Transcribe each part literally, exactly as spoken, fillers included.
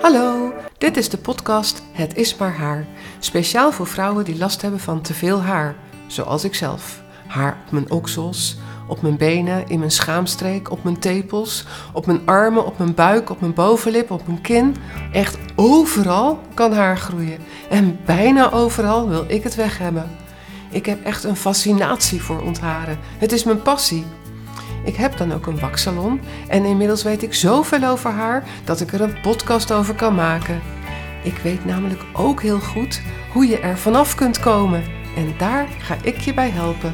Hallo, dit is de podcast Het is maar haar. Speciaal voor vrouwen die last hebben van te veel haar, zoals ik zelf. Haar op mijn oksels, op mijn benen, in mijn schaamstreek, op mijn tepels, op mijn armen, op mijn buik, op mijn bovenlip, op mijn kin. Echt overal kan haar groeien. En bijna overal wil ik het weg hebben. Ik heb echt een fascinatie voor ontharen. Het is mijn passie. Ik heb dan ook een waksalon en inmiddels weet ik zoveel over haar dat ik er een podcast over kan maken. Ik weet namelijk ook heel goed hoe je er vanaf kunt komen en daar ga ik je bij helpen.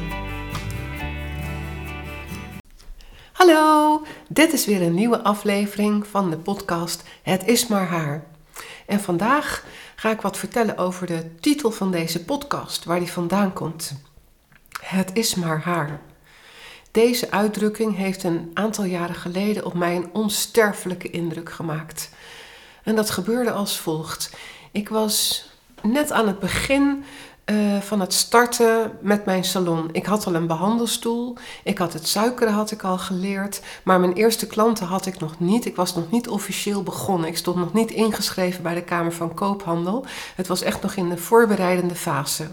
Hallo, dit is weer een nieuwe aflevering van de podcast Het is maar haar. En vandaag ga ik wat vertellen over de titel van deze podcast, waar die vandaan komt. Het is maar haar. Deze uitdrukking heeft een aantal jaren geleden op mij een onsterfelijke indruk gemaakt. En dat gebeurde als volgt. Ik was net aan het begin uh, van het starten met mijn salon. Ik had al een behandelstoel, ik had het suikeren had ik al geleerd, maar mijn eerste klanten had ik nog niet. Ik was nog niet officieel begonnen. Ik stond nog niet ingeschreven bij de Kamer van Koophandel. Het was echt nog in de voorbereidende fase.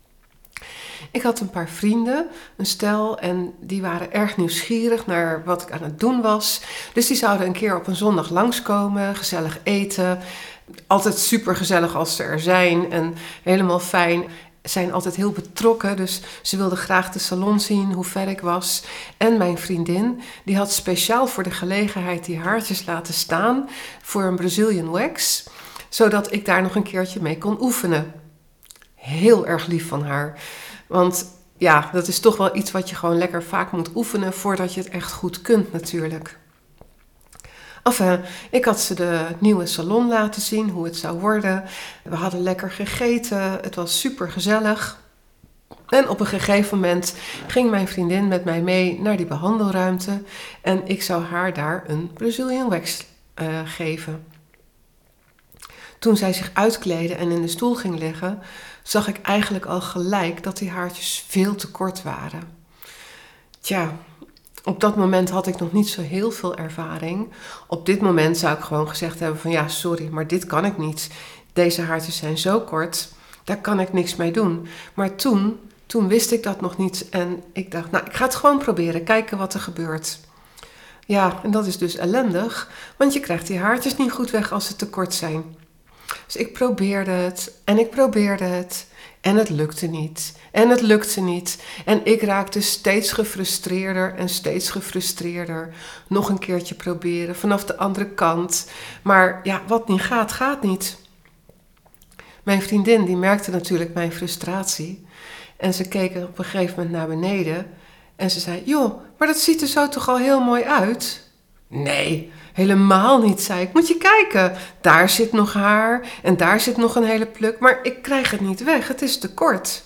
Ik had een paar vrienden, een stel, en die waren erg nieuwsgierig naar wat ik aan het doen was. Dus die zouden een keer op een zondag langskomen, gezellig eten. Altijd super gezellig als ze er zijn en helemaal fijn. Ze zijn altijd heel betrokken, dus ze wilden graag de salon zien, hoe ver ik was. En mijn vriendin, die had speciaal voor de gelegenheid die haartjes laten staan voor een Brazilian wax, zodat ik daar nog een keertje mee kon oefenen. Heel erg lief van haar. Want ja, dat is toch wel iets wat je gewoon lekker vaak moet oefenen voordat je het echt goed kunt natuurlijk. Enfin, ik had ze de nieuwe salon laten zien, hoe het zou worden. We hadden lekker gegeten, het was super gezellig. En op een gegeven moment ging mijn vriendin met mij mee naar die behandelruimte. En ik zou haar daar een Brazilian wax uh, geven. Toen zij zich uitkleedde en in de stoel ging liggen, zag ik eigenlijk al gelijk dat die haartjes veel te kort waren. Tja, op dat moment had ik nog niet zo heel veel ervaring. Op dit moment zou ik gewoon gezegd hebben van ja, sorry, maar dit kan ik niet. Deze haartjes zijn zo kort, daar kan ik niks mee doen. Maar toen, toen wist ik dat nog niet en ik dacht, nou, ik ga het gewoon proberen, kijken wat er gebeurt. Ja, en dat is dus ellendig, want je krijgt die haartjes niet goed weg als ze te kort zijn. Dus ik probeerde het en ik probeerde het en het lukte niet en het lukte niet. En ik raakte steeds gefrustreerder en steeds gefrustreerder. Nog een keertje proberen vanaf de andere kant. Maar ja, wat niet gaat, gaat niet. Mijn vriendin die merkte natuurlijk mijn frustratie. En ze keek op een gegeven moment naar beneden. En ze zei, joh, maar dat ziet er zo toch al heel mooi uit? Nee, helemaal niet, zei ik. Moet je kijken, daar zit nog haar en daar zit nog een hele pluk. Maar ik krijg het niet weg, het is te kort.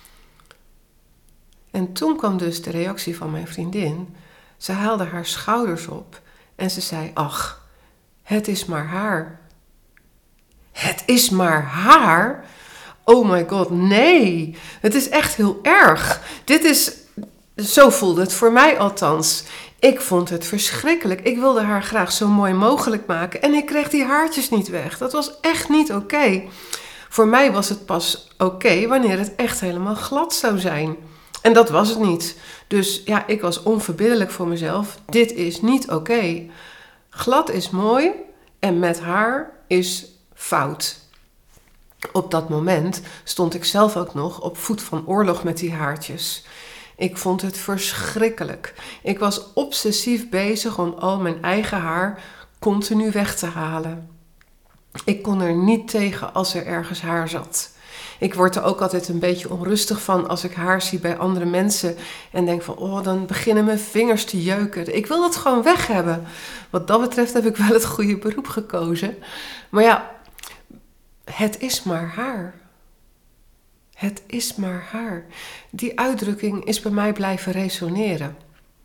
En toen kwam dus de reactie van mijn vriendin. Ze haalde haar schouders op en ze zei, ach, het is maar haar. Het is maar haar? Oh my god, nee. Het is echt heel erg. Dit is, zo voelde het voor mij althans. Ik vond het verschrikkelijk. Ik wilde haar graag zo mooi mogelijk maken en ik kreeg die haartjes niet weg. Dat was echt niet oké. Okay. Voor mij was het pas oké okay wanneer het echt helemaal glad zou zijn. En dat was het niet. Dus ja, ik was onverbiddelijk voor mezelf. Dit is niet oké. Okay. Glad is mooi en met haar is fout. Op dat moment stond ik zelf ook nog op voet van oorlog met die haartjes. Ik vond het verschrikkelijk. Ik was obsessief bezig om al mijn eigen haar continu weg te halen. Ik kon er niet tegen als er ergens haar zat. Ik word er ook altijd een beetje onrustig van als ik haar zie bij andere mensen en denk van, oh, dan beginnen mijn vingers te jeuken. Ik wil dat gewoon weg hebben. Wat dat betreft heb ik wel het goede beroep gekozen. Maar ja, het is maar haar. Het is maar haar. Die uitdrukking is bij mij blijven resoneren.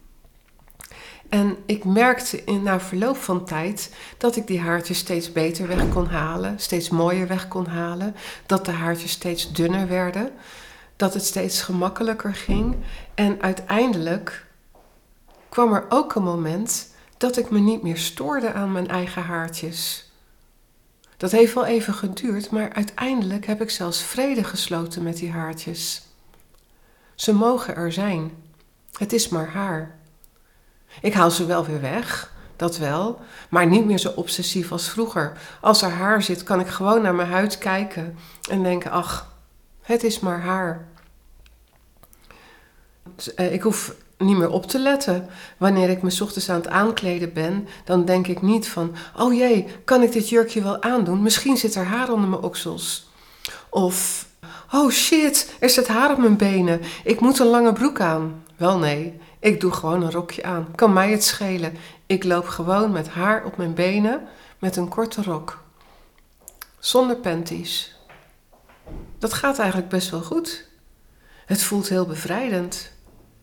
En ik merkte in, na verloop van tijd dat ik die haartjes steeds beter weg kon halen, steeds mooier weg kon halen, dat de haartjes steeds dunner werden, dat het steeds gemakkelijker ging. En uiteindelijk kwam er ook een moment dat ik me niet meer stoorde aan mijn eigen haartjes. Dat heeft wel even geduurd, maar uiteindelijk heb ik zelfs vrede gesloten met die haartjes. Ze mogen er zijn. Het is maar haar. Ik haal ze wel weer weg, dat wel, maar niet meer zo obsessief als vroeger. Als er haar zit, kan ik gewoon naar mijn huid kijken en denken, ach, het is maar haar. Ik hoef niet meer op te letten. Wanneer ik me 's ochtends aan het aankleden ben, dan denk ik niet van, oh jee, kan ik dit jurkje wel aandoen? Misschien zit er haar onder mijn oksels. Of, oh shit, er zit haar op mijn benen. Ik moet een lange broek aan. Wel nee, ik doe gewoon een rokje aan. Kan mij het schelen. Ik loop gewoon met haar op mijn benen met een korte rok. Zonder panties. Dat gaat eigenlijk best wel goed. Het voelt heel bevrijdend.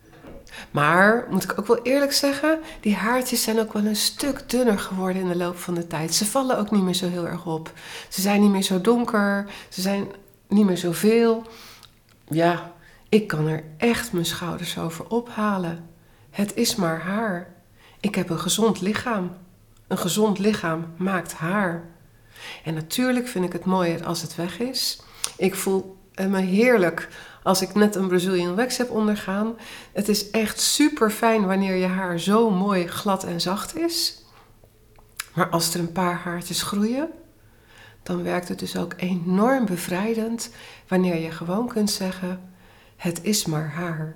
Maar, moet ik ook wel eerlijk zeggen, die haartjes zijn ook wel een stuk dunner geworden in de loop van de tijd. Ze vallen ook niet meer zo heel erg op. Ze zijn niet meer zo donker, ze zijn niet meer zoveel. Ja, ik kan er echt mijn schouders over ophalen. Het is maar haar. Ik heb een gezond lichaam. Een gezond lichaam maakt haar. En natuurlijk vind ik het mooier als het weg is. Ik voel me heerlijk als ik net een Brazilian wax heb ondergaan. Het is echt super fijn wanneer je haar zo mooi glad en zacht is. Maar als er een paar haartjes groeien, dan werkt het dus ook enorm bevrijdend wanneer je gewoon kunt zeggen, het is maar haar.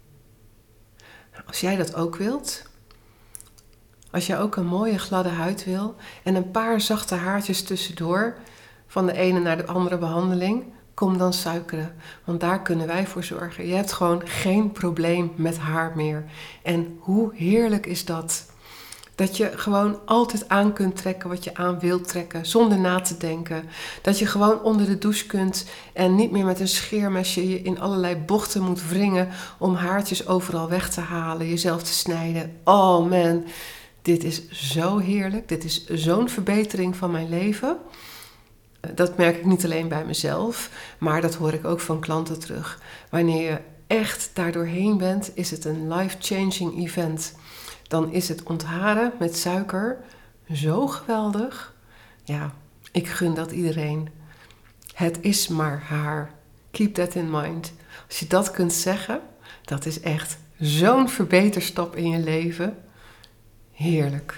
Nou, als jij dat ook wilt, als jij ook een mooie gladde huid wil en een paar zachte haartjes tussendoor van de ene naar de andere behandeling, kom dan suikeren, want daar kunnen wij voor zorgen. Je hebt gewoon geen probleem met haar meer. En hoe heerlijk is dat? Dat je gewoon altijd aan kunt trekken wat je aan wilt trekken, zonder na te denken. Dat je gewoon onder de douche kunt en niet meer met een scheermesje je in allerlei bochten moet wringen om haartjes overal weg te halen, jezelf te snijden. Oh man, dit is zo heerlijk. Dit is zo'n verbetering van mijn leven. Dat merk ik niet alleen bij mezelf, maar dat hoor ik ook van klanten terug. Wanneer je echt daardoorheen bent, is het een life-changing event. Dan is het ontharen met suiker zo geweldig. Ja, ik gun dat iedereen. Het is maar haar. Keep that in mind. Als je dat kunt zeggen, dat is echt zo'n verbeterstap in je leven. Heerlijk.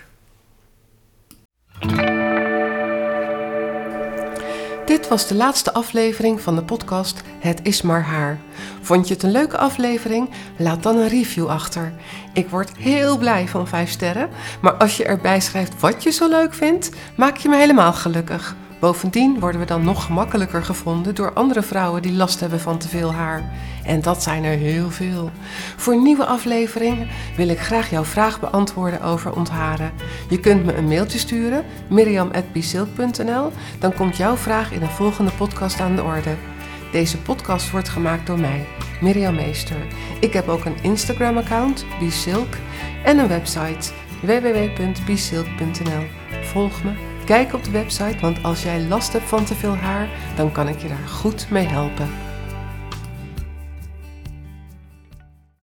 Dit was de laatste aflevering van de podcast Het is maar haar. Vond je het een leuke aflevering? Laat dan een review achter. Ik word heel blij van vijf sterren, maar als je erbij schrijft wat je zo leuk vindt, maak je me helemaal gelukkig. Bovendien worden we dan nog gemakkelijker gevonden door andere vrouwen die last hebben van te veel haar. En dat zijn er heel veel. Voor nieuwe afleveringen wil ik graag jouw vraag beantwoorden over ontharen. Je kunt me een mailtje sturen, miriam at bisilk punt n l. Dan komt jouw vraag in een volgende podcast aan de orde. Deze podcast wordt gemaakt door mij, Mirjam Meester. Ik heb ook een Instagram-account, bisilk, en een website, w w w punt bisilk punt n l. Volg me. Kijk op de website, want als jij last hebt van te veel haar, dan kan ik je daar goed mee helpen.